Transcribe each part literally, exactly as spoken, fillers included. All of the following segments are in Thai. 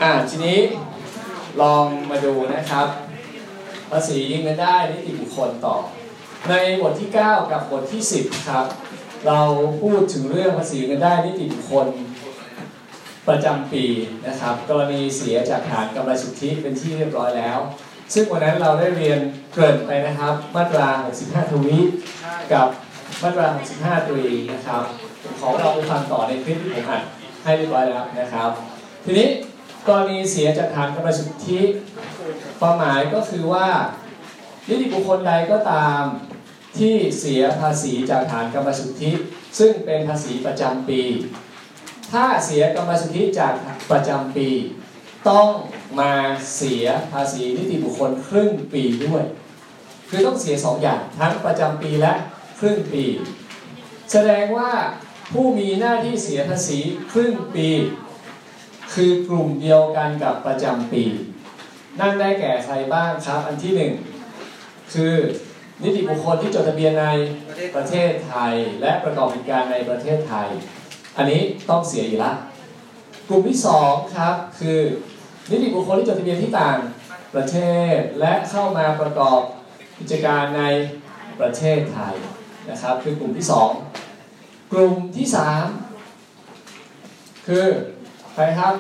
อ่าทีนี้ลองมาดูนะครับภาษีเงินได้นิติบุคคลต่อในบทที่เก้ากับบทที่สิบครับเราพูดถึงเรื่องภาษีเงินได้นิติบุคคลประจำปีนะครับกรณีเสียจากฐานกำไรสุทธิเป็นที่เรียบร้อยแล้วซึ่งวันนั้นเราได้เรียนเกริ่นไปนะครับมาตราหกสิบห้าทวีกับมาตราหกสิบห้าตรีนะครับขอเราไปฟังต่อในคลิปที่ผมอัดให้เรียบร้อยแล้วนะครับทีนี้กรณีเสียจากฐานกำไรสุทธิความหมายก็คือว่านิติบุคคลใดก็ตามที่เสียภาษีจากฐานกำไรสุทธิซึ่งเป็นภาษีประจำปีถ้าเสียกำไรสุทธิจากประจำปีต้องมาเสียภาษีนิติบุคคลครึ่งปีด้วยคือต้องเสียสองอย่างทั้งประจำปีและครึ่งปีแสดงว่าผู้มีหน้าที่เสียภาษีครึ่งปีคือกลุ่มเดียวกันกับประจำปีนั่นได้แก่ใครบ้างครับอันที่หนึ่งคือนิติบุคคลที่จดทะเบียนในประเทศไทยและประกอบกิจการในประเทศไทยอันนี้ต้องเสียอยู่ละกลุ่มที่สองครับคือนิติบุคคลที่จดทะเบียนที่ต่างประเทศและเข้ามาประกอบกิจการในประเทศไทยนะครับคือกลุ่มที่สองกลุ่มที่สามคือใครครับ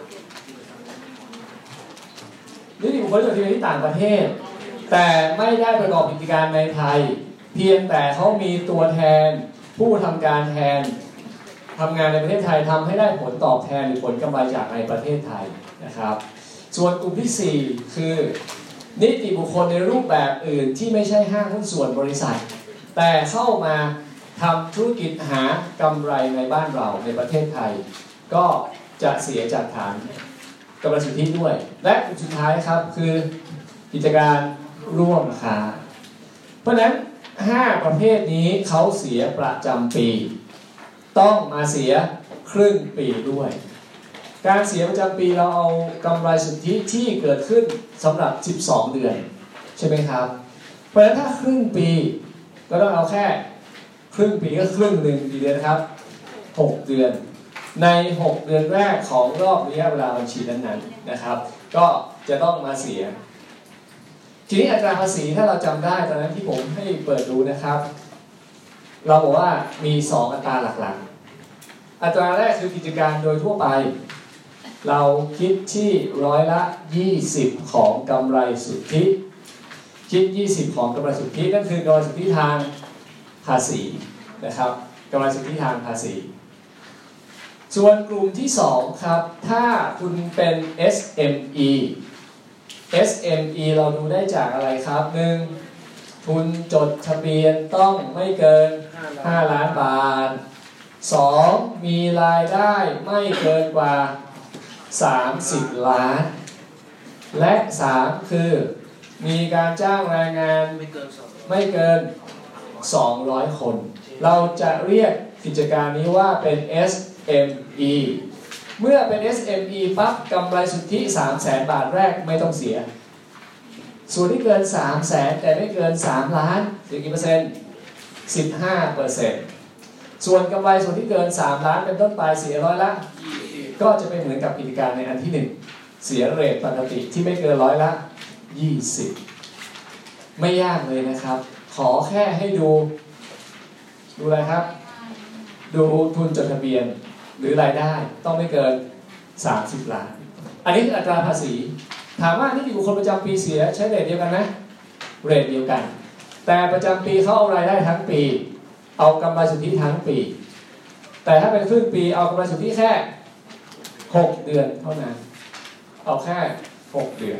นิติบุคคลที่จดทะเบียนที่ต่างประเทศแต่ไม่ได้ประกอบกิจการในไทยเพียงแต่เขามีตัวแทนผู้ทำการแทนทำงานในประเทศไทยทำให้ได้ผลตอบแทนหรือผลกำไรจากในประเทศไทยนะครับส่วนกลุ่มที่สี่คือนิติบุคคลในรูปแบบอื่นที่ไม่ใช่ห้างหุ้นส่วนบริษัทแต่เข้ามาทำธุรกิจหากำไรในบ้านเราในประเทศไทยก็จะเสียจากฐานกำไรสุทธิด้วยและกลุ่มสุดท้ายครับคือกิจการร่วมค้าเพราะฉะนั้นห้าประเภทนี้เขาเสียประจำปีต้องมาเสียครึ่งปีด้วยการเสียประจำปีเราเอากำไรสุทธิที่เกิดขึ้นสำหรับสิบสองเดือนใช่ไหมครับเพราะฉะนั้นถ้าครึ่งปีก็ต้องเอาแค่ครึ่งปีก็ครึ่งหนึ่งกี่เดือนครับหกเดือนในหกเดือนแรกของรอบระยะเวลาบัญชีนั้นๆนะครับก็จะต้องมาเสียทีนี้อัตราภาษีถ้าเราจำได้ตอนนั้นที่ผมให้เปิดดูนะครับเราบอกว่ามีสองอัตราหลักๆอัตราแรกคือกิจการโดยทั่วไปเราคิดที่ร้อยละยี่สิบของกำไรสุทธิคิดยี่สิบของกำไรสุทธินั่นคือกำไรสุทธิทางภาษีนะครับกำไรสุทธิทางภาษีส่วนกลุ่มที่สองครับถ้าคุณเป็น เอส เอ็ม อี เอส เอ็ม อี เราดูได้จากอะไรครับหนึ่งทุนจดทะเบียนต้องไม่เกินห้าล้านบาทสองมีรายได้ไม่เกินกว่าสามสิบล้านและสามคือมีการจ้างแรงงานไม่เกินสองร้อยคนเราจะเรียกกิจการนี้ว่าเป็น เอส เอ็ม อี เมื่อเป็น เอส เอ็ม อี ปั๊บกำไรสุทธิ สามแสน บาทแรกไม่ต้องเสียส่วนที่เกิน สามแสน แต่ไม่เกินสามล้านเสียกี่เปอร์เซ็นต์ สิบห้าเปอร์เซ็นต์ ส่วนกำไรส่วนที่เกินสามล้านเป็นต้นไปเสียร้อยละก็จะเป็นเหมือนกับกิจการในอันที่หนึ่งเสียเรทปกติที่ไม่เกินร้อยละยี่สิบไม่ยากเลยนะครับขอแค่ให้ดูดูอะไรครับดูทุนจดทะเบียนหรือรายได้ต้องไม่เกินสามสิบล้านอันนี้คืออัตราภาษีถามว่านิติบุคคลประจำปีเสียใช้เรทเดียวกันไหมเรทเดียวกันแต่ประจำปีเขาเอารายได้ทั้งปีเอากำไรสุทธิทั้งปีแต่ถ้าเป็นครึ่งปีเอากำไรสุทธิแค่หกเดือนเท่านั้นเอาแค่หกเดือน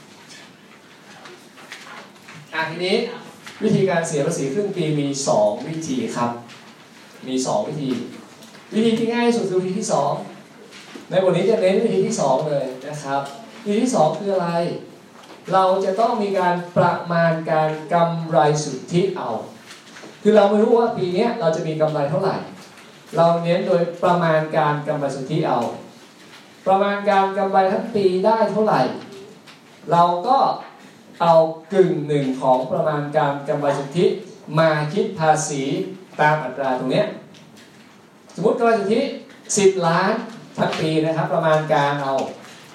อ่ะทีนี้วิธีการเสียภาษีครึ่งปีมีสองวิธีครับมีสองวิธีวิธีที่ง่ายที่สุดคือวิธีที่สองในบทนี้จะเน้นวิธีที่สองเลยนะครับวิธีที่สองคืออะไรเราจะต้องมีการประมาณการกำไรสุทธิเอาคือเราไม่รู้ว่าปีนี้เราจะมีกำไรเท่าไหร่เราเน้นโดยประมาณการกำไรสุทธิเอาประมาณการกำไรทั้งปีได้เท่าไหร่เราก็เอากึ่งหนึ่งของประมาณการกำไรสุทธิมาคิดภาษีตามอัตราตรงนี้สมมติกำไรสุทธิสิบล้านทั้งปีนะครับประมาณการเอา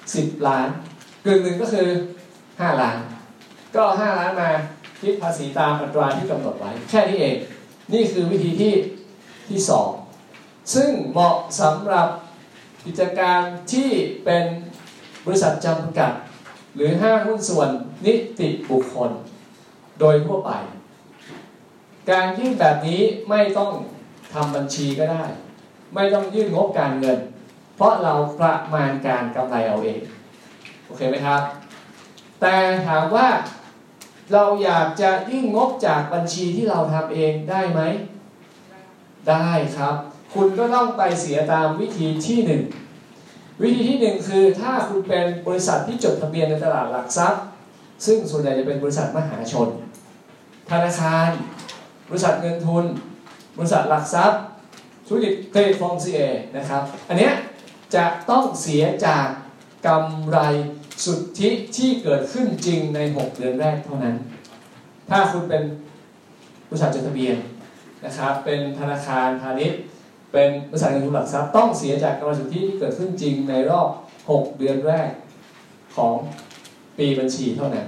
สิบล้านกึ่งหนึ่งก็คือห้าล้านก็ห้าล้านมาคิดภาษีตามอัตราที่กำหนดไว้แค่นี้เองนี่คือวิธีที่ที่สองซึ่งเหมาะสำหรับกิจการที่เป็นบริษัทจำกัดหรือห้างหุ้นส่วนนิติบุคคลโดยทั่วไปการยื่นแบบนี้ไม่ต้องทำบัญชีก็ได้ไม่ต้องยื่นงบการเงินเพราะเราประมาณการกำไรเอาเองโอเคไหมครับแต่ถามว่าเราอยากจะยื่นงบจากบัญชีที่เราทำเองได้ไหมได้ครับคุณก็ต้องไปเสียตามวิธีที่หนึ่งวิธีที่หนึ่งคือถ้าคุณเป็นบริษัทที่จดทะเบียนในตลาดหลักทรัพย์ซึ่งส่วนใหญ่จะเป็นบริษัทมหาชนธนาคารบริษัทเงินทุนบริษัทหลักทรัพย์ธุรกิจเครดิตฟองซีเอนะครับอันเนี้ยจะต้องเสียจากกำไรสุทธิที่เกิดขึ้นจริงในหกเดือนแรกเท่านั้นถ้าคุณเป็นบริษัทจดทะเบียนนะครับเป็นธนาคารพาณิชย์เป็นบริษัทเงินทุนหลักทรัพย์ต้องเสียจากกำไรสุทธิที่เกิดขึ้นจริงในรอบหกเดือนแรกของปีบัญชีเท่านั้น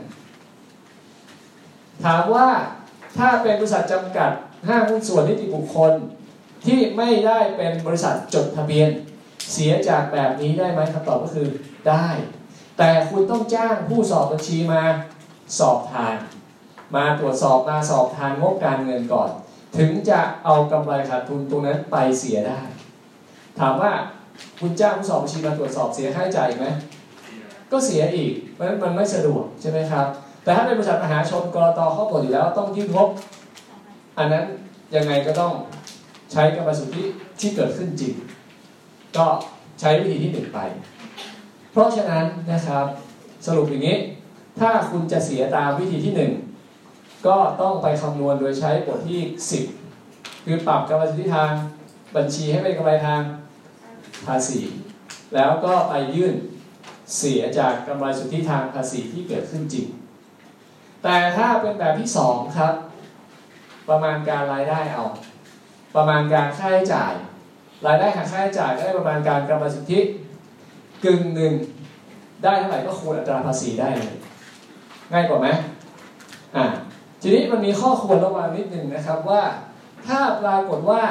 ถามว่าถ้าเป็นบริษัทจำกัดห้างหุ้นส่วนนิติบุคคลที่ไม่ได้เป็นบริษัทจดทะเบียนเสียจากแบบนี้ได้ไหมคำตอบก็คือได้แต่คุณต้องจ้างผู้สอบบัญชีมาสอบทานมาตรวจสอบมาสอบทานงบการเงินก่อนถึงจะเอากำไรขาดทุนตรงนั้นไปเสียได้ถามว่าคุณจ้างผู้สอบบัญชีมาตรวจสอบเสียค่าใช้จ่ายไหมก็เสียอีกเพราะฉะนั้นมันไม่สะดวกใช่ไหมครับแต่ถ้าเป็นบริษัทมหาชนกลต.เขากำหนดอยู่แล้วต้องยื่นงบอันนั้นยังไงก็ต้องใช้กำไรสุทธิที่เกิดขึ้นจริงก็ใช้วิธีที่หนึ่งไปเพราะฉะนั้นนะครับสรุปอย่างนี้ถ้าคุณจะเสียตามวิธีที่หนึ่งก็ต้องไปคำนวณโดยใช้บทที่สิบคือปรับกำไรสุทธิทางบัญชีให้เป็นกำไรทางภาษีแล้วก็ไปยื่นเสียจากกำไรสุทธิทางภาษีที่เกิดขึ้นจริงแต่ถ้าเป็นแบบที่สองครับประมาณการรายได้เอาประมาณการค่าใช้จ่ายรายได้หักค่าใช้จ่ายได้ประมาณการกำไรสุทธิกึ่งหนึ่งได้เท่าไหร่ก็คูณอัตราภาษีได้เลยง่ายกว่าไหมอ่าทีนี้มันมีข้อควรระวังนิดหนึ่งนะครับว่าถ้าปรากฏว่า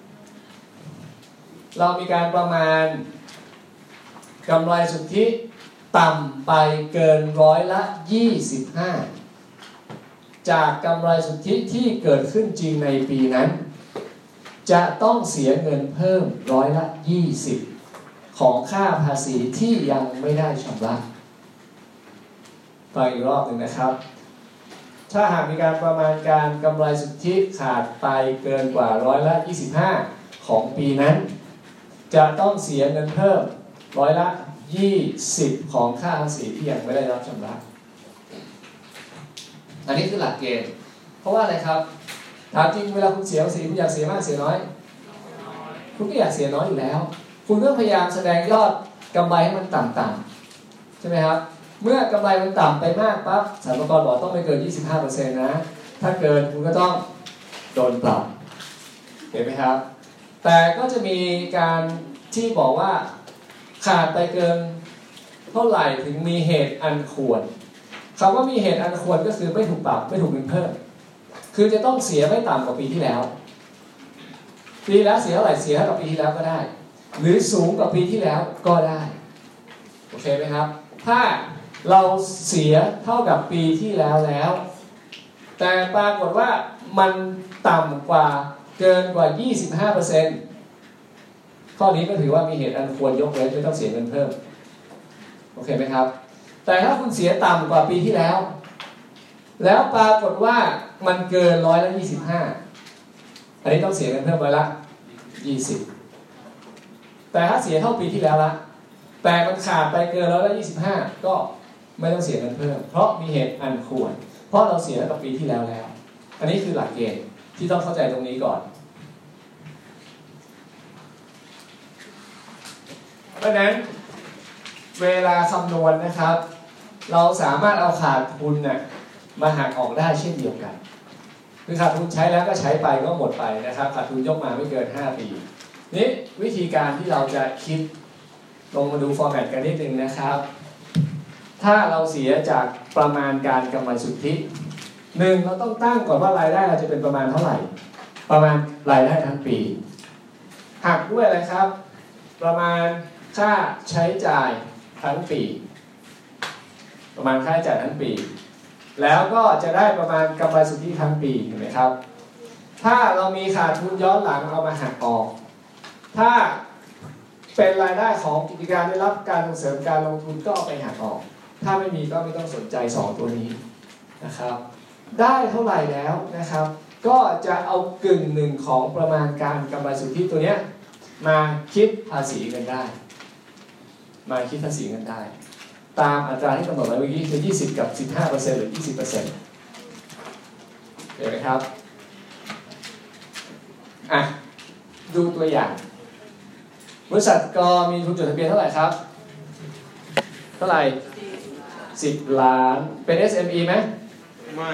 เรามีการประมาณกำไรสุทธิต่ำไปเกินร้อยละยี่สิบห้าจากกำไรสุทธิที่เกิดขึ้นจริงในปีนั้นจะต้องเสียเงินเพิ่มร้อยละยี่สิบของค่าภาษีที่ยังไม่ได้ชำระฟังอีกรอบหนึ่งนะครับถ้าหากมีการประมาณการกำไรสุทธิขาดไปเกินกว่าร้อยละยี่สิบห้าของปีนั้นจะต้องเสียเงินเพิ่มร้อยละยี่สิบของค่าภาษีที่ยังไม่ได้รับชำระอันนี้คือหลักเกณฑ์เพราะว่าอะไรครับถามจริงเวลาคุณเสียภาษีคุณอยากเสียมากเสียน้อยคุณก็อยากเสียน้อยอยู่แล้วคุณก็พยายามแสดงยอดกำไรให้มันต่ำๆใช่ไหมครับเมื่อกำไรมันต่ำไปมากปั๊บสรรพากรบอกต้องไม่เกิน ยี่สิบห้าเปอร์เซ็นต์ นะถ้าเกินคุณก็ต้องโดนปรับเห็นไหมครับแต่ก็จะมีการที่บอกว่าขาดไปเกินเท่าไหร่ถึงมีเหตุอันควรคำว่ามีเหตุอันควรก็คือไม่ถูกปรับไม่ถูกเงินเพิ่มคือจะต้องเสียไม่ต่ำกว่าปีที่แล้วปีแล้วเสียเท่าไหร่เสียเท่ากับปีที่แล้วก็ได้หรือสูงกว่าปีที่แล้วก็ได้โอเคไหมครับถ้าเราเสียเท่ากับปีที่แล้วแล้วแต่ปรากฏว่ามันต่ำกว่าเกินกว่า ยี่สิบห้าเปอร์เซ็นต์ ข้อนี้ก็ถือว่ามีเหตุอันควรยกเว้นไม่ต้องเสียเงินเพิ่มโอเคไหมครับแต่ถ้าคุณเสียต่ำกว่าปีที่แล้วแล้วปรากฏว่ามันเกินร้อยละยี่สิบห้าอันนี้ต้องเสียเงินเพิ่มร้อยละยี่สิบแต่ถ้าเสียเท่าปีที่แล้วละแต่มันขาดไปเกินร้อยละยี่สิบห้าก็ไม่ต้องเสียเงินเพิ่มเพราะมีเหตุอันควรเพราะเราเสียกับปีที่แล้วแล้วอันนี้คือหลักเกณฑ์ที่ต้องเข้าใจตรงนี้ก่อนเพราะฉะนั้นเวลาคำนวณนะครับเราสามารถเอาขาดทุนน่ะมาหักออกได้เช่นเดียวกันคือขาดทุนใช้แล้วก็ใช้ไปก็หมดไปนะครับขาดทุนยกมาไม่เกินห้าปีนี้วิธีการที่เราจะคิดลงมาดูฟอร์แมตกันนิดนึงนะครับถ้าเราเสียจากประมาณการกำไรสุทธิหนึ่งเราต้องตั้งก่อนว่ารายได้เราจะเป็นประมาณเท่าไหร่ประมาณรายได้ทั้งปีหักด้วยอะไรครับประมาณค่าใช้จ่ายทั้งปีประมาณค่าใช้จ่ายทั้งปีแล้วก็จะได้ประมาณกำไรสุทธิทั้งปีเห็นไหมครับถ้าเรามีขาดทุนย้อนหลังเอามาหักออกถ้าเป็นรายได้ของกิจการได้รับการส่งเสริมการลงทุนก็เอาไปหักออกถ้าไม่มีก็ไม่ต้องสนใจสองตัวนี้นะครับได้เท่าไหร่แล้วนะครับก็จะเอากึ่งหนึ่งของประมาณการกำไรสุทธิตัวนี้มาคิดภาษีกันได้มาคิดภาษีกันได้ตามอัตราที่กำหนดไว้เมื่อกี้คือยี่สิบกับ สิบห้าเปอร์เซ็นต์ หรือ ยี่สิบเปอร์เซ็นต์ เห็นไหมครับอ่ะดูตัวอย่างบริษัทกมีทุนจดทะเบียนเท่าไหร่ครับเท่าไหร่สิบล้านเป็น เอส เอ็ม อี ไหมไม่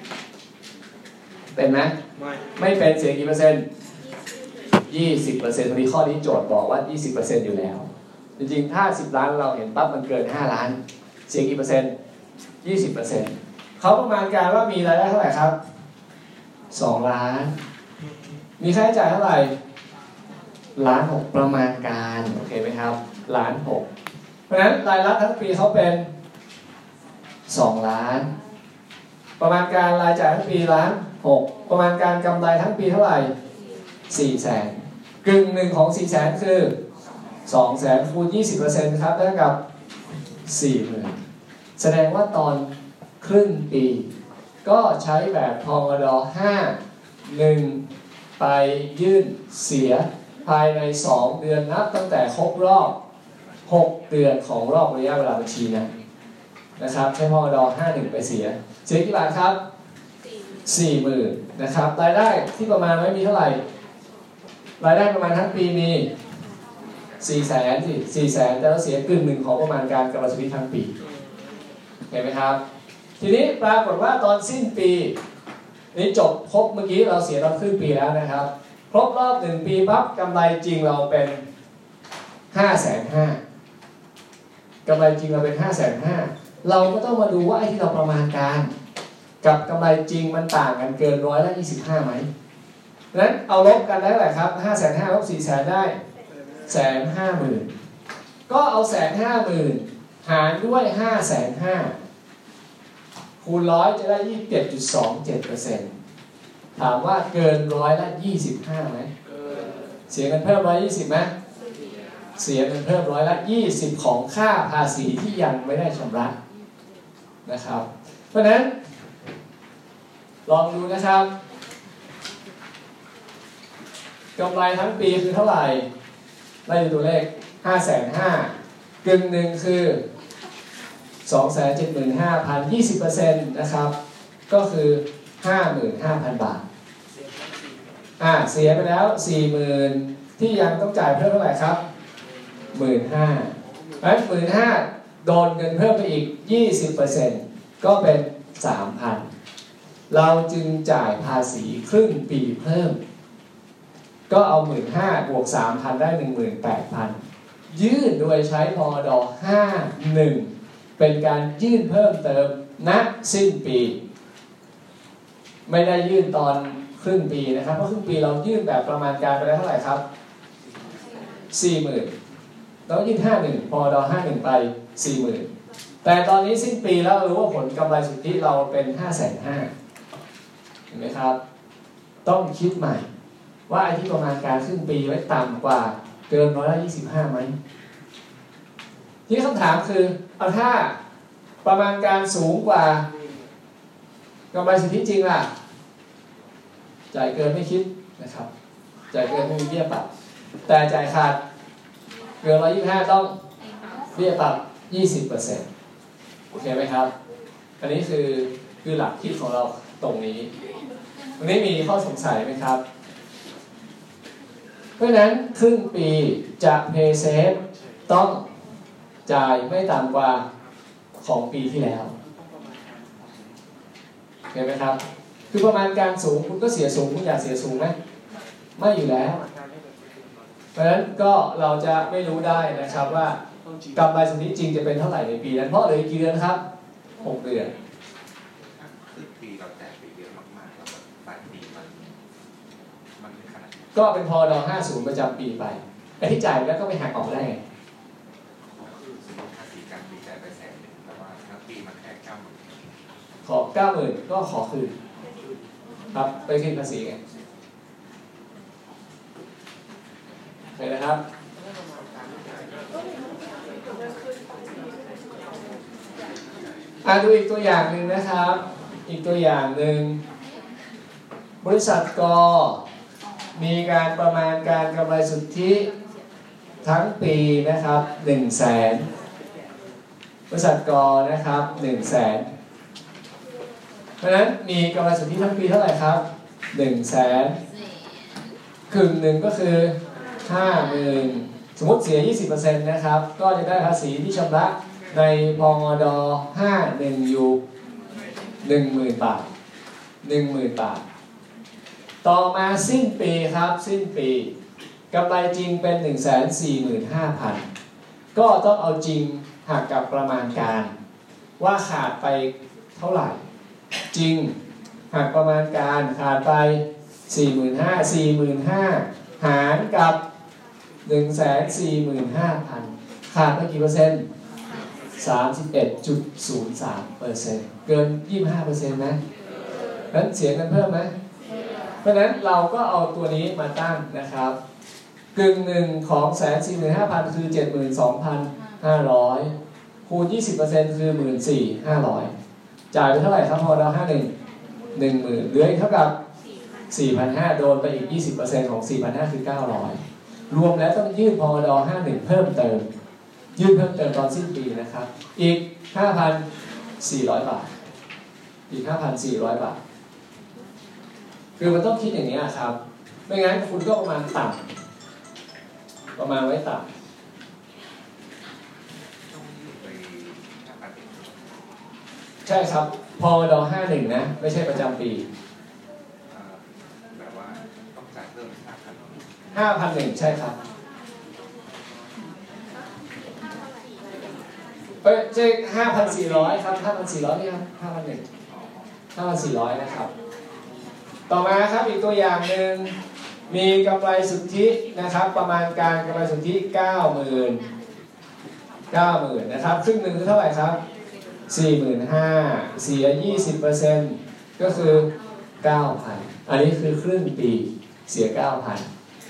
เป็นไหมไม่ไม่เป็นเสียกี่เปอร์เซ็นต์ยี่สิบเปอร์เซ็นต์พอดีข้อนี้โจทย์บอกว่า ยี่สิบเปอร์เซ็นต์ อยู่แล้วจริงๆถ้าสิบล้านเราเห็นปั๊บมันเกินห้าล้านเสียกี่เปอร์เซ็นต์ ยี่สิบเปอร์เซ็นต์ เขาประมาณการว่ามีรายได้เท่าไหร่ครับสองล้านมีค่าใช้จ่ายเท่าไหร่ล้านหกประมาณการโอเคไหมครับล้านหกเพราะฉะนั้นรายรับทั้งปีเขาเป็นสองล้านประมาณการรายจ่ายทั้งปีล้านหกประมาณการกำไรทั้งปีเท่าไหร่สี่แสนกึ่งหนึ่งของสี่แสนคือสองแสนคูณยี่สิบเปอร์เซ็นต์ครับเท่ากับสี่หมื่นแสดงว่าตอนครึ่งปีก็ใช้แบบพงดห้า หนึ่งไปยื่นเสียภายในสองเดือนนับตั้งแต่ครบรอบหกเดือนของรอบระยะเวลาบัญชีนั้นนะครับใช้พงดห้า หนึ่งไปเสียเสียกี่บาทครับ สี่หมื่น นะครับรายได้ที่ประมาณไว้มีเท่าไหร่รายได้ประมาณทั้งปีมีสี่แสนสิสี่แสนแต่เราเสียกึ่งหนึ่งของประมาณการกำไรสุทธิทั้งปีเห็นไหมครับทีนี้ปรากฏว่าตอนสิ้นปีนี้จบครบเมื่อกี้เราเสียตอนครึ่งปีแล้วนะครับครบรอบหนึ่งปีปั๊บกำไรจริงเราเป็นห้าแสนห้ากำไรจริงเราเป็นห้าแสนห้าเราก็ต้องมาดูว่าไอ้ที่เราประมาณการกับกำไรจริงมันต่างกันเกินร้อยละยี่สิบห้าไหมนั้นเอาลบกันได้เท่าไหร่ครับห้าแสนห้าลบสี่แสนได้แสนห้าหมื่นก็เอาแสนห้าหมื่นหารด้วยห้าแสนห้าคูณร้อยจะได้ยี่สิบเจ็ดจุดสองเจ็ดเปอร์เซ็นต์ถามว่าเกินร้อยละยี่สิบห้าไหมเสียเงินเพิ่มร้อยยี่สิบไหมเสียเงินเพิ่มร้อยละยี่สิบของค่าภาษีที่ยังไม่ได้ชำระนะครับเพราะนั้นลองดูนะครับกำไรทั้งปีคือเท่าไหร่ไล่ดูตัวเลข ห้าแสนห้าหมื่น กึ่งหนึ่งคือ สองแสนเจ็ดหมื่นห้าพัน ยี่สิบเปอร์เซ็นต์ นะครับก็คือ ห้าหมื่นห้าพัน บาทอ่าเสียไปแล้ว สี่หมื่น ที่ยังต้องจ่ายเพิ่มเท่าไหร่ครับ หนึ่งหมื่นห้าพัน เพราะฉะนั้น หนึ่งหมื่นห้าพัน โดนเงินเพิ่มไปอีก ยี่สิบเปอร์เซ็นต์ ก็เป็น สามพัน เราจึงจ่ายภาษีครึ่งปีเพิ่มก็เอา หนึ่งหมื่นห้าพัน บวก สามพัน ได้ หนึ่งหมื่นแปดพัน ยื่นโดยใช้พงดห้า หนึ่งเป็นการยื่นเพิ่มเติมณสิ้นปีไม่ได้ยื่นตอนครึ่งปีนะครับเพราะครึ่งปีเรายื่นแบบประมาณการไปแล้วเท่าไหร่ครับ สี่หมื่น แล้วยื่นห้า หนึ่งพงดห้า หนึ่งไป สี่หมื่น แต่ตอนนี้สิ้นปีแล้วรู้ว่าผลกำไรสุทธิเราเป็น ห้าแสนห้าหมื่น เห็นไหมครับต้องคิดใหม่ว่าไอ้ที่ประมาณการครึ่งปีไว้ต่ำกว่าเกินร้อยละยี่สิบห้าไหมทีนี้คำถามคือเอาถ้าประมาณการสูงกว่ากำไรสุทธิจริงล่ะจ่ายเกินไม่คิดนะครับจ่ายเกินไม่มีเบี้ยปรับแต่จ่ายขาดเกินร้อยยี่สิบห้าต้องเบี้ยปรับ ยี่สิบเปอร์เซ็นต์ โอเคไหมครับอันนี้คือคือหลักคิดของเราตรงนี้วันนี้มีข้อสงสัยไหมครับเพราะฉะนั้นครึ่งปีจะ pay safe ต้องจ่ายไม่ต่ำกว่าของปีที่แล้วเห็นไหมครับคือประมาณการสูงคุณก็เสียสูงคุณอยากเสียสูงไหมไม่อยู่แล้วเพราะฉะนั้นก็เราจะไม่รู้ได้นะครับว่ากำไรสุทธิจริงจะเป็นเท่าไหร่ในปีนั้นเพราะเหลือกี่เดือนครับหกเดือนปีเราแจกไปเยอะมากๆแล้วปลายปีมันมันขนาดก็เป็นพอดอห้าสิบประจำปีไปไอ้ที่จ่ายแล้วก็ไปหักออกได้ไงคือสมมติภาษีการปีจ่ายไปแสนหนึ่งแต่ว่าทั้งปีมันแค่เก้าหมื่นขอเก้าหมื่นก็ขอคืนครับไปคืนภาษีไงเห็นนะครับอ่าดูอีกตัวอย่างหนึ่งนะครับอีกตัวอย่างหนึ่งบริษัทกมีการประมาณการกำไรสุทธิทั้งปีนะครับหนึ่งแสนบริษัทกนะครับหนึ่งแสนเพราะฉะนั้นมีกำไรสุทธิทั้งปีเท่าไหร่ครับหนึ่งแสนครึ่งหนึ่งก็คือห้าหมื่นสมมติเสีย ยี่สิบเปอร์เซ็นต์ นะครับก็จะได้ภาษีที่ชำระในพงดห้าสิบเอ็ดอยู่ หนึ่งหมื่น บาท หนึ่งหมื่น บาทต่อมาสิ้นปีครับสิ้นปีกำไรจริงเป็น หนึ่งแสนสี่หมื่นห้าพัน ก็ต้องเอาจริงหักกับประมาณการว่าขาดไปเท่าไหร่จริงหักประมาณการขาดไป สี่หมื่นห้าพัน สี่หมื่นห้าพัน หารกับ หนึ่งแสนสี่หมื่นห้าพัน ขาดไปกี่เปอร์เซ็นต์ สามสิบเอ็ดจุดศูนย์สามเปอร์เซ็นต์ เกิน ยี่สิบห้าเปอร์เซ็นต์ นะนั้นเสียเงินเพิ่มไหมเพราะฉะนั้นเราก็เอาตัวนี้มาตั้งนะครับกึ่งหนึ่งของ หนึ่งแสนสี่หมื่นห้าพัน คือ เจ็ดหมื่นสองพันห้าร้อย คูณ ยี่สิบเปอร์เซ็นต์ คือ หนึ่งหมื่นสี่พันห้าร้อย จ่ายไปเท่าไหร่ครับพอเราห้าสิบเอ็ด หนึ่งหมื่น เหลืออีกเท่ากับ สี่พันห้าร้อย โดนไปอีก ยี่สิบเปอร์เซ็นต์ ของ สี่พันห้าร้อย คือ เก้าร้อย รวมแล้วต้องยื่นพอดห้าสิบเอ็ด เพิ่มเติมยื่นเพิ่มเติมตอนสิ้นปีนะครับอีก ห้าพันสี่ร้อย บาทอีก ห้าพันสี่ร้อย บาทคือมันต้องคิดอย่างนี้ครับไม่งั้นคุณก็ประมาณต่ำประมาณไว้ต่ำใช่ครับพอดห้าสิบเอ็ดนะไม่ใช่ประจำปีแบบว่าต้องจ่ายเพิ่มห้าพันห้าพันหนึ่งใช่ครับเอ้ยใช่ห้าพันสี่ร้อยครับห้าพันสี่ร้อยนี่ครับห้าพันหนึ่งห้าพันสี่ร้อยนะครับต่อมาครับอีกตัวอย่างหนึ่งมีกำไรสุทธินะครับประมาณการกำไรสุทธิ เก้าหมื่น เก้าหมื่น นะครับครึ่งหนึ่งคือเท่าไหร่ครับ สี่หมื่นห้าพัน เสีย ยี่สิบเปอร์เซ็นต์ ก็คือ เก้าพัน อันนี้คือครึ่งปีเสีย เก้าพัน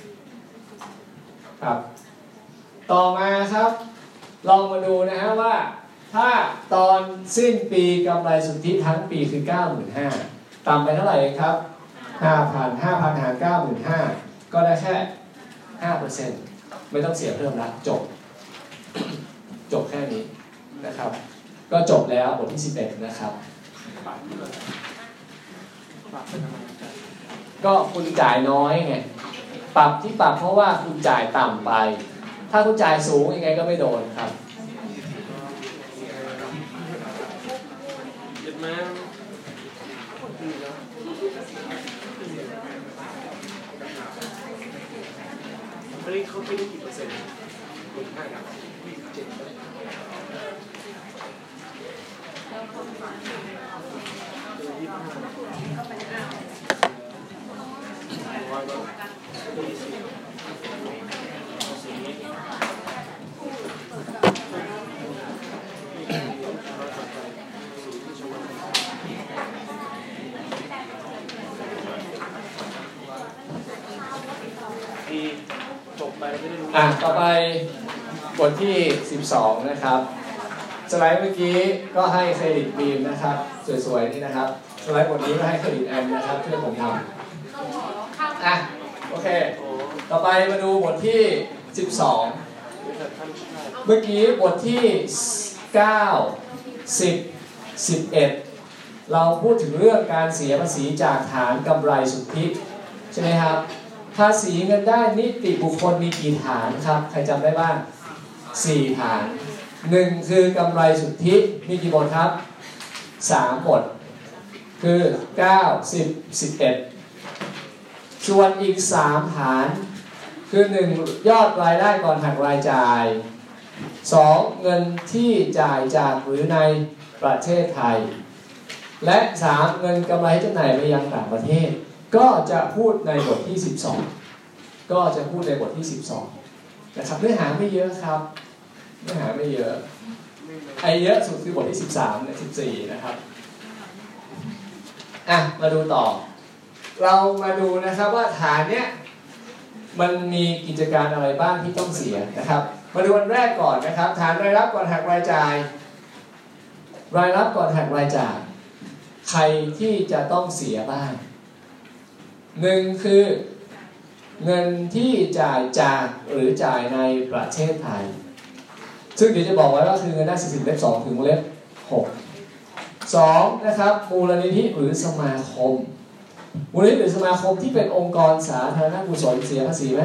ครับต่อมาครับลองมาดูนะฮะว่าถ้าตอนสิ้นปีกำไรสุทธิทั้งปีคือ เก้าหมื่นห้าพัน ต่ำไปเท่าไหร่ครับ ห้าพัน ห้าพัน หาร เก้าหมื่นห้าพัน ก็ได้แค่ ห้าเปอร์เซ็นต์ ไม่ต้องเสียเพิ่มละจบจบแค่นี้นะครับก็จบแล้วบทที่สิบเอ็ดนะครับก็คุณจ่ายน้อยไงปรับที่ปรับเพราะว่าคุณจ่ายต่ำไปถ้าคุณจ่ายสูงยังไงก็ไม่โดนครับอันนี้เขาคิดได้กี่เปอร์เซ็นต์หนึ่งห้าครับเจ็ดอ่ะต่อไปบทที่สิบสองนะครับสไลด์เมื่อกี้ก็ให้เครดิตบีมนะครับสวยๆนี่นะครับสไลด์บทนี้ก็ให้เครดิตแอมนะครับช่วยผมทำอ่ะโอเคต่อไปมาดูบทที่สิบสองเมื่อกี้บทที่เก้า สิบ สิบเอ็ดเราพูดถึงเรื่องการเสียภาษีจากฐานกำไรสุทธิใช่ไหมครับภาษีเงินได้นิติบุคคลมีกี่ฐานครับใครจำได้บ้างสี่ฐานหนึ่งคือกำไรสุทธิมีกี่บทครับสามบทคือเก้า สิบ สิบเอ็ดส่วนอีกสามฐานคือหนึ่งยอดรายได้ก่อนหักรายจ่ายสองเงินที่จ่ายจากหรือในประเทศไทยและสามเงินกำไรจำหน่ายไปยังต่างประเทศก็จะพูดในบทที่สิบสองก็จะพูดในบทที่สิบสองนะครับเนื้อหาไม่เยอะครับเนื้อหาไม่เยอะไอเยอะสุดคือบทที่สิบสามและสิบสี่นะครับอ่ะมาดูต่อเรามาดูนะครับว่าฐานเนี้ยมันมีกิจการอะไรบ้างที่ต้องเสียนะครับมาดูวันแรกก่อนนะครับฐานรายรับก่อนหักรายจ่ายรายรับก่อนหักรายจ่ายใครที่จะต้องเสียบ้างหนึ่งคือเงินที่จ่ายจากหรือจ่ายในประเทศไทยซึ่งเดี๋ยวจะบอกไว้ว่าคือเงินได้สี่สิบเล็บสองถึงวงเล็บหกสองนะครับมูลนิธิหรือสมาคมมูลนิธิหรือสมาคมที่เป็นองค์กรสาธารณกุศลเสียภาษีไหม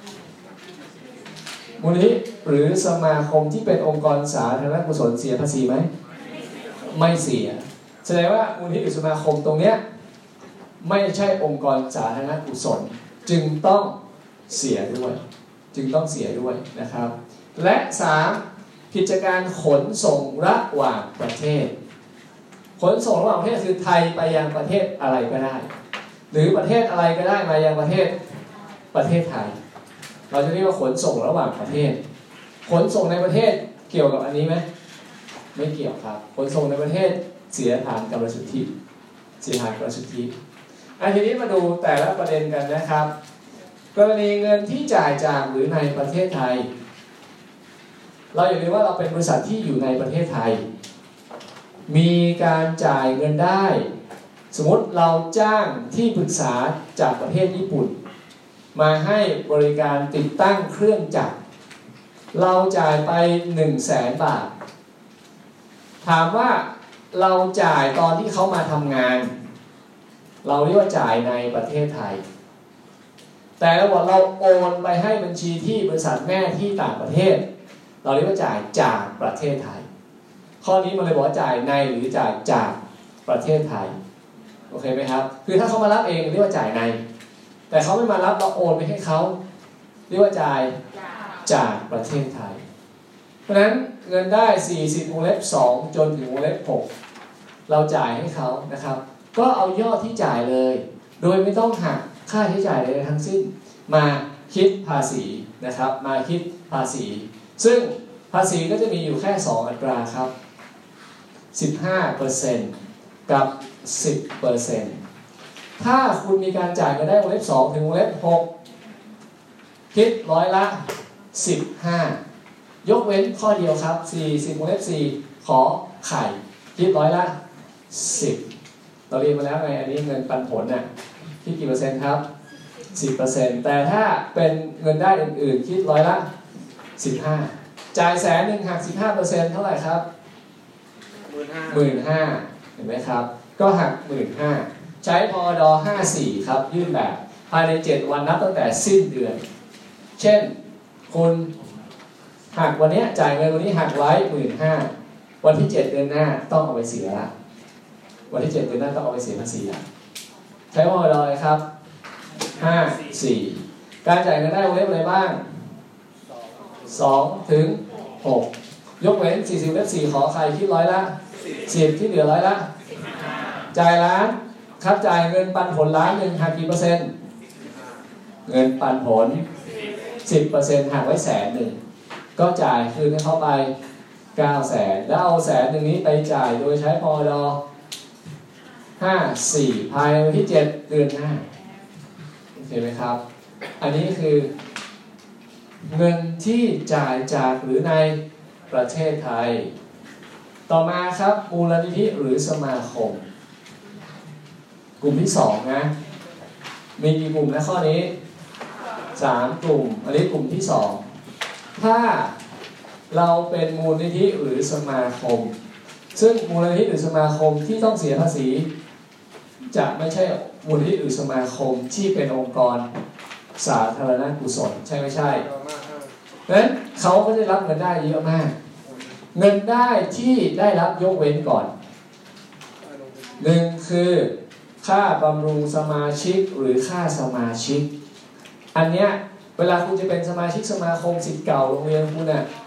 มูลนิธิหรือสมาคมที่เป็นองค์กรสาธารณกุศลเสียภาษีไหมไม่เสียแสดงว่ามูลนิธิหรือสมาคมตรงเนี้ยไม่ใช่องค์กรสาธารณกุศลจึงต้องเสียด้วยจึงต้องเสียด้วยนะครับและสามกิจการขนส่งระหว่างประเทศขนส่งระหว่างประเทศคือไทยไปยังประเทศอะไรก็ได้หรือประเทศอะไรก็ได้มายังประเทศประเทศไทยเราจะเรียกว่าขนส่งระหว่างประเทศขนส่งในประเทศเกี่ยวกับอันนี้ไหมไม่เกี่ยวครับขนส่งในประเทศเสียฐานกำไรสุทธิเสียฐานกำไรสุทธิอันทีนี้มาดูแต่ละประเด็นกันนะครับกรณีเงินที่จ่ายจากหรือในประเทศไทยเราอย่าลืมว่าเราเป็นบริษัทที่อยู่ในประเทศไทยมีการจ่ายเงินได้สมมติเราจ้างที่ปรึกษาจากประเทศญี่ปุ่นมาให้บริการติดตั้งเครื่องจักรเราจ่ายไป หนึ่งแสน บาทถามว่าเราจ่ายตอนที่เขามาทำงานเราเรียกว่าจ่ายในประเทศไทยแต่เราบอกเราโอนไปให้บัญชีที่บริษัทแม่ที่ต่างประเทศเราเรียกว่าจ่ายจากประเทศไทยข้อนี้มันเลยบอกว่าจ่ายในหรือจ่ายจากประเทศไทยโอเคไหมครับคือถ้าเขามารับเองเรียกว่าจ่ายในแต่เขาไม่มารับเราโอนไปให้เขาเรียกว่าจ่ายจากประเทศไทยเพราะฉะนั้นเงินได้สี่สิบวงเล็บสองจนถึงวงเล็บหกเราจ่ายให้เขานะครับก็เอายอดที่จ่ายเลยโดยไม่ต้องหักค่าใช้จ่ายใดทั้งสิ้นมาคิดภาษีนะครับมาคิดภาษีซึ่งภาษีก็จะมีอยู่แค่สองอัตราครับ สิบห้าเปอร์เซ็นต์ กับ สิบเปอร์เซ็นต์ ถ้าคุณมีการจ่ายเงินได้วงเล็บสองถึงวงเล็บหกคิดร้อยละสิบห้ายกเว้นข้อเดียวครับสี่สิบวงเล็บสี่ขอไข่คิดร้อยละสิบเราเรียนมาแล้วไงอันนี้เงินปันผลน่ะคิดกี่เปอร์เซ็นต์ครับ สิบเปอร์เซ็นต์ แต่ถ้าเป็นเงินได้อื่นๆคิดร้อยละสิบห้าจ่ายแสนหนึ่งหัก สิบห้าเปอร์เซ็นต์ เท่าไหร่ครับหมื่นห้าหมื่นห้าเห็นไหมครับก็หัก หนึ่งหมื่นห้าพัน ใช้พดห้าสิบสี่ครับยื่นแบบภายในเจ็ดวันนับตั้งแต่สิ้นเดือนเช่นคุณหักวันนี้จ่ายเงินวันนี้หักไว้ หนึ่งหมื่นห้าพัน วันที่เจ็ดเดือนหน้าต้องเอาไปเสียละวันที่เจ็ดเดือนหน้าต้องเอาไปเสียภาษีละใช้พดอะไรครับห้าสิบสี่การจ่ายเงินได้วงเล็บอะไรบ้างสองถึงหกยกเว้นสี่สิบเล็บสี่ขอใครคิดร้อยละสิบที่เหลือร้อยละจ่ายล้านครับจ่ายเงินปันผลล้านหนึ่งหักกี่เปอร์เซ็นต์เงินปันผล สิบเปอร์เซ็นต์ หักไว้แสนหนึ่งก็จ่ายคืนให้เขาไปเก้าแสนแล้วเอาแสนหนึ่งนี้ไปจ่ายโดยใช้พดห้าสิบสี่ภายในวันที่เจ็ดเดือนหน้าโอเคไหมครับอันนี้คือเงินที่จ่ายจากหรือในประเทศไทยต่อมาครับมูลนิธิหรือสมาคมกลุ่มที่สองนะมีกี่กลุ่มนะข้อนี้สามกลุ่มอันนี้กลุ่มที่สองถ้าเราเป็นมูลนิธิหรือสมาคมซึ่งมูลนิธิหรือสมาคมที่ต้องเสียภาษีจะไม่ใช่มูลนิธิหรือสมาคมที่เป็นองค์กรสาธารณกุศลใช่ไม่ใช่เพราะฉะนั้นเขาก็ได้รับเงินได้เยอะมากเงินได้ที่ได้รับยกเว้นก่อนหนึ่งคือค่าบำรุงสมาชิกหรือค่าสมาชิกอันเนี้ยเวลาคุณจะเป็นสมาชิกสมาคมศิษย์เก่าโรงเรียนคุณน่ะ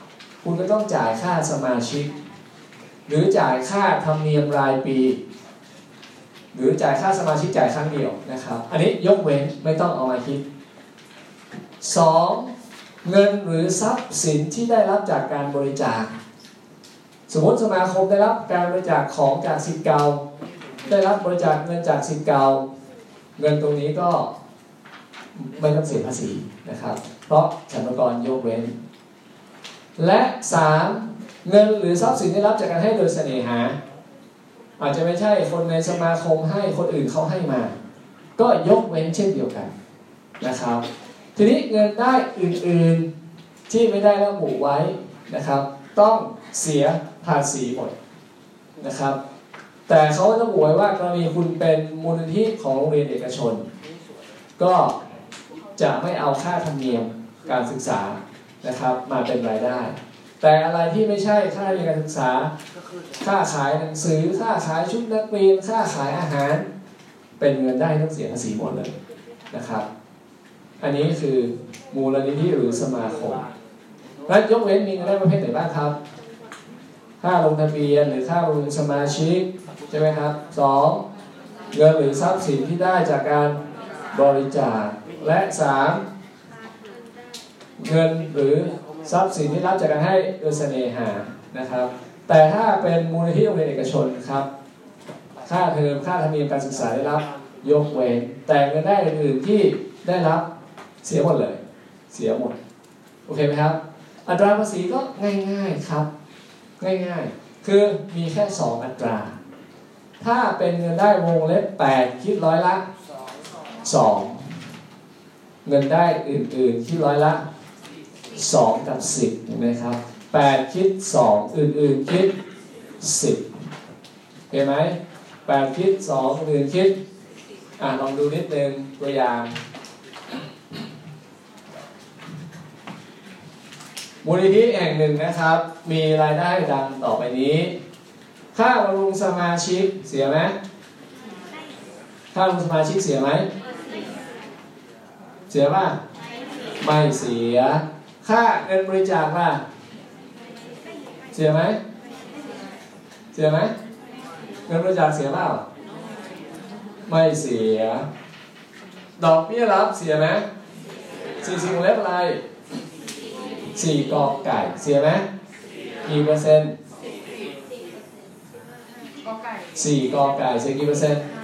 คุณก็ต้องจ่ายค่าสมาชิกหรือจ่ายค่าธรรมเนียมรายปีหรือจ่ายค่าสมาชิกจ่ายครั้งเดียวนะครับอันนี้ยกเว้นไม่ต้องเอามาคิดสองเงินหรือทรัพย์สินที่ได้รับจากการบริจาคสมมติสมาคมได้รับการบริจาคของจากศิษย์เก่าได้รับบริจาคเงินจากศิษย์เก่าเงินตรงนี้ก็ไม่ต้องเสียภาษีนะครับเพราะสรรพากรยกเว้นและสามเงินหรือทรัพย์สินที่รับจากการให้โดยเสน่หาอาจจะไม่ใช่คนในสมาคมให้คนอื่นเขาให้มาก็ยกเว้นเช่นเดียวกันนะครับทีนี้เงินได้อื่นๆที่ไม่ได้ระบุไว้นะครับต้องเสียภาษีหมดนะครับแต่เขาระบุไว้ว่ากรณีคุณเป็นมูลนิธิของโรงเรียนเอกชนก็จะไม่เอาค่าธรรมเนียมการศึกษานะครับมาเป็นรายได้แต่อะไรที่ไม่ใช่ค่าเรียนการศึกษาค่าขายหนังสือค่าขายชุดนักเรียนค่าขายอาหารเป็นเงินได้ต้องเสียภาษีหมดเลยนะครับอันนี้คือมูลนิธิหรือสมาคมและยกเว้นมีเงินได้ประเภทไหนบ้างครับค่าลงทะเบียนหรือค่าลงสมาชิกใช่ไหมครับสองเงินหรือทรัพย์สินที่ได้จากการบริจาคและสามเงินหรือทรัพย์สินที่รับจากการให้โดยเสน่หานะครับแต่ถ้าเป็นมูลนิธิโรงเรียนเอกชนครับค่าเทอมค่าธรรมเนียมการศึกษาได้รับยกเว้นแต่เงินได้อื่นๆที่ได้รับเสียหมดเลยเสียหมดโอเคไหมครับอัตราภาษีก็ง่ายๆครับง่ายๆคือมีแค่สองอัตราถ้าเป็นเงินได้วงเล็บแปดคิดร้อยละสองเงินได้อื่นๆคิดร้อยละสองกับสิบเห็นไหมครับแปดคิดสองอื่นๆคิดสิบเห็นไหมแปดคิดสองอื่นคิดอ่ะลองดูนิดนึงตัวอย่างมูลนิธิแห่งหนึ่งนะครับมีรายได้ดังต่อไปนี้ค่าบำรุงสมาชิกเสียไหมค่าบำรุงสมาชิกเสียไหมเสียป่ะไม่เสียค่าเงินบริจาคป่ะเสียไหมเสียไหมเงินบริจาคเสียเปล่าไม่เสียดอกเบี้ยรับเสียไหมสี่สิบวงเล็บอะไรสี่กอไก่เสียไหมกี่เปอร์เซ็นต์สี่กอไก่เสียกี่เปอร์เซ็นต์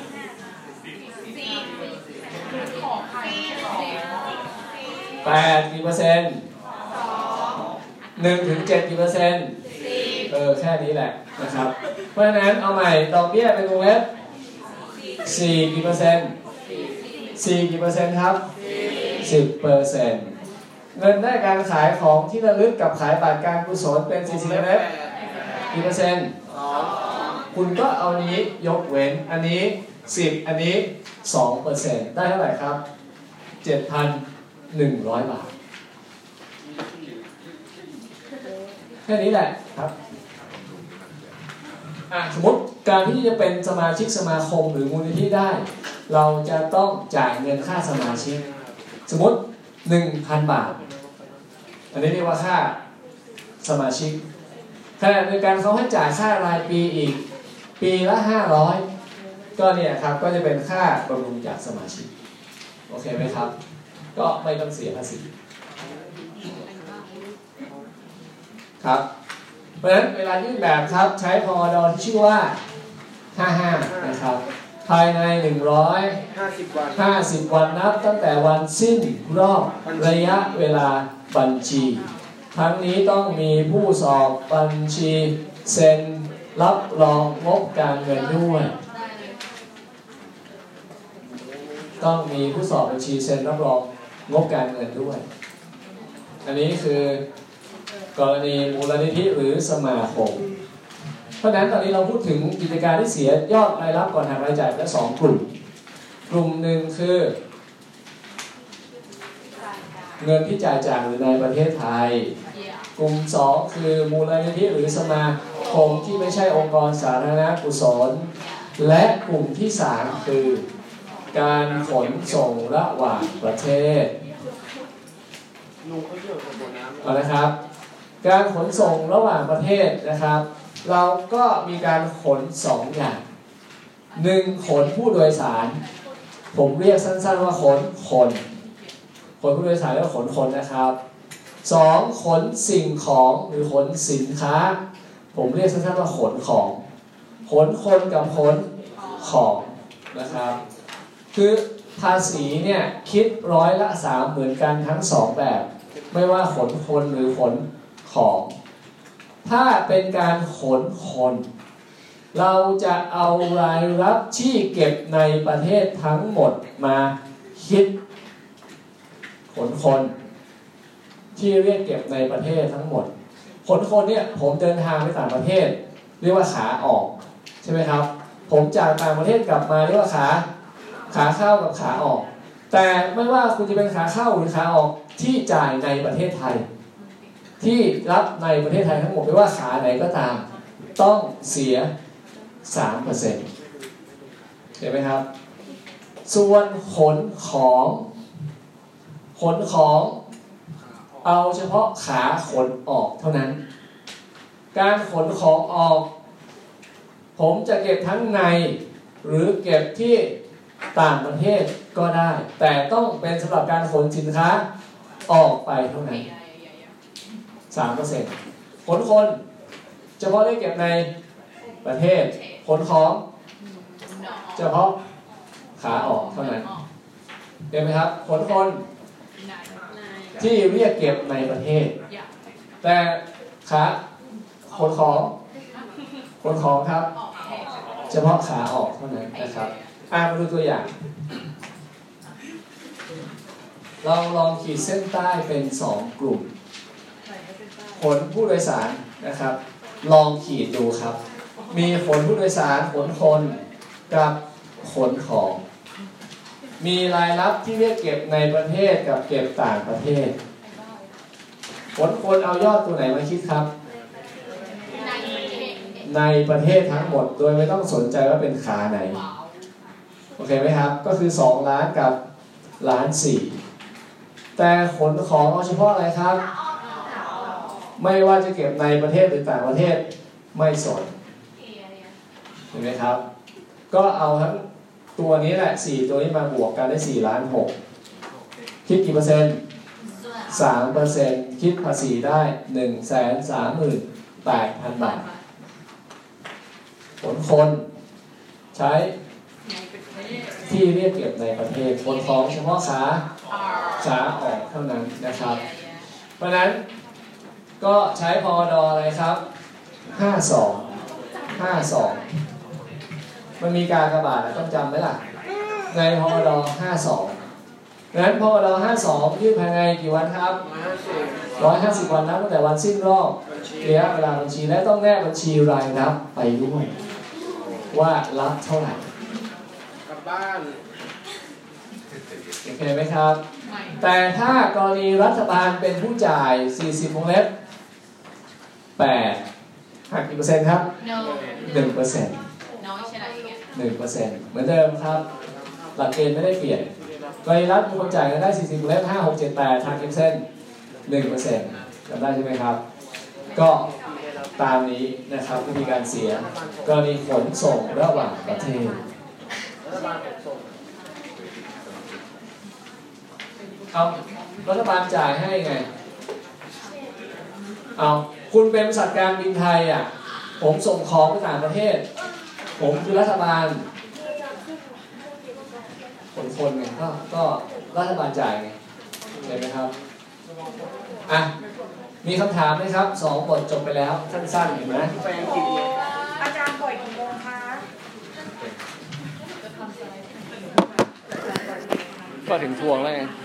แปดกี่เปอร์เซ็นต์หนึ่งถึงเจ็ดกี่เปอร์เซ็นต์เออแค่นี้แหละนะครับเพราะฉะนั้นเอาใหม่ดอกเบี้ยเป็นวงเล็บสี่กี่เปอร์เซ็นต์สี่กี่เปอร์เซ็นต์ครับสิบเปอร์เซ็นต์เงินได้การขายของที่ระลึกกับขายบัตรการกุศลเป็นสี่สิบเปอร์เซ็นต์กี่เปอร์เซ็นต์คุณก็เอานี้ยกเว้นอันนี้สิบอันนี้สองเปอร์เซ็นต์ได้เท่าไหร่ครับเจ็ดพันหนึ่งร้อยบาทแค่นี้แหละครับอ่ะสมมติการที่จะเป็นสมาชิกสมาคมหรือมูลนิธิได้เราจะต้องจ่ายเงินค่าสมาชิกสมมติ หนึ่งพัน บาทอันนี้เรียกว่าค่าสมาชิกขณะเดียวกันเขาให้จ่ายค่ารายปีอีกปีละห้าร้อยก็เนี่ยครับก็จะเป็นค่าบำรุงจากสมาชิกโอเคไหมครับก็ไม่ต้องเสียภาษีครับเพราะฉะนั้นเวลายื่นแบบครับใช้พอดที่ชื่อว่าห้าสิบห้านะครับภายในหนึ่งร้อยห้าสิบวันห้าสิบวันนับตั้งแต่วันสิ้นรอบระยะเวลาบัญชีทั้งนี้ต้องมีผู้สอบบัญชีเซ็นรับรองงบการเงินด้วยต้องมีผู้สอบบัญชีเซ็นรับรองงบการเงินด้วยอันนี้คือกรณีมูลนิธิหรือสมาคมเพราะฉะนั้นตอนนี้เราพูดถึงกิจการที่เสียยอดรายรับก่อนหักรายจ่ายและสองกลุ่มกลุ่มหนึ่งคือเงินที่จ่ายจากหรือในประเทศไทยกลุ่มสองคือมูลนิธิหรือสมาคมที่ไม่ใช่องค์กรสาธารณกุศลและกลุ่มที่สามคือการขนส่งระหว่างประเทศเอาละครับการขนส่งระหว่างประเทศนะครับเราก็มีการขนสองอย่างหนึ่งขนผู้โดยสารผมเรียกสั้นๆว่าขนคนขนผู้โดยสารเรียกว่าขนคนนะครับสองขนสิ่งของหรือขนสินค้าผมเรียกสั้นๆว่าขนของขนคนกับขนของนะครับคือภาษีเนี่ยคิดร้อยละสามเหมือนกันทั้งสองแบบไม่ว่าขนคนหรือขนของถ้าเป็นการขนคนเราจะเอารายรับที่เก็บในประเทศทั้งหมดมาคิดขนคนที่เรียกเก็บในประเทศทั้งหมดขนคนเนี่ยผมเดินทางไปต่างประเทศเรียกว่าขาออกใช่ไหมครับผมจากต่างประเทศกลับมาเรียกว่าขาขาเข้ากับขาออกแต่ไม่ว่าคุณจะเป็นขาเข้าหรือขาออกที่จ่ายในประเทศไทยที่รับในประเทศไทยทั้งหมดไม่ว่าขาไหนก็ตามต้องเสีย สามเปอร์เซ็นต์ เห็นไหมครับส่วนขนของขนของเอาเฉพาะขาขนออกเท่านั้นการขนของออกผมจะเก็บทั้งในหรือเก็บที่ต่างประเทศก็ได้แต่ต้องเป็นสำหรับการขนสินค้าออกไปเท่านั้น สามเปอร์เซ็นต์ ขนคนเฉพาะได้เก็บในประเทศขนของเฉพาะขาออกเท่านั้นเห็นไหมครับขนคนที่เรียกเก็บในประเทศแต่ขาขนของขนของครับเฉพาะขาออกเท่านั้นนะครับอ่ามาดูตัวอย่างเราลองขีดเส้นใต้เป็นสองกลุ่มขนผู้โดยสารนะครับลองขีดดูครับมีขนผู้โดยสารขนคนกับขนของมีรายรับที่เรียกเก็บในประเทศกับเก็บต่างประเทศขนคนเอายอดตัวไหนมาคิดครับในประเทศทั้งหมดโดยไม่ต้องสนใจว่าเป็นขาไหนโอเคไหมครับก็คือสองล้านกับล้านสี่แต่ขนของเอาเฉพาะอะไรครับไม่ว่าจะเก็บในประเทศหรือต่างประเทศไม่สนเห็นไหมครับก็เอาทั้งตัวนี้แหละสี่ตัวนี้มาบวกกันได้สี่ล้านหกคิดกี่เปอร์เซ็นต์สามเปอร์เซ็นต์คิดภาษีได้หนึ่งแสนสามหมื่นแปดพันบาทขนคนใช้ที่เรียกเก็บในประเทศขนของเฉพาะขาขาออกเท่านั้นนะครับเพราะนั้นก็ใช้พอดออะไรครับห้าสอง ห้าสองมันมีการกระบาดต้องจำไหมล่ะในพอดอห้าสองงั้นพอดอห้าสองยืดภายในกี่วันครับหนึ่งร้อยห้าสิบวันนับตั้งแต่วันสิ้นรอบระยะเวลาบัญชีและต้องแนบบัญชีรายรับไปด้วยว่ารับเท่าไหร่กลับบ้านโอเคไหมครับแต่ถ้ากรณีรัฐบาลเป็นผู้จ่ายสี่สิบวงเล็บแปดหักกี่เปอร์เซ็นต์ครับ หนึ่งเปอร์เซ็นต์ หนึ่งเปอร์เซ็นต์ เหมือนเดิมครับหลักเกณฑ์ไม่ได้เปลี่ยนกรณีรัฐมีคนจ่ายกันได้สี่สิบวงเล็บห้า หก เจ็ด แปดหักกี่เปอร์เซ็นต์ หนึ่งเปอร์เซ็นต์ จำได้ใช่ไหมครับก็ตามนี้นะครับวิธีการเสียกรณีขนส่งระหว่างประเทศเอารัฐบาลจ่ายให้ไงเอาคุณเป็นบริษัทการบินไทยอ่ะผมส่งของไปต่างประเทศผมคือรัฐบาลคนคนไงก็ก็รัฐบาลจ่ายไงเห็นไหมครับอ่ะมีคำถามไหมครับสองบทจบไปแล้วสั้นๆเห็นไหมอาจารย์ปล่อยกี่โมงคะก็ถึงทวงแล้วไง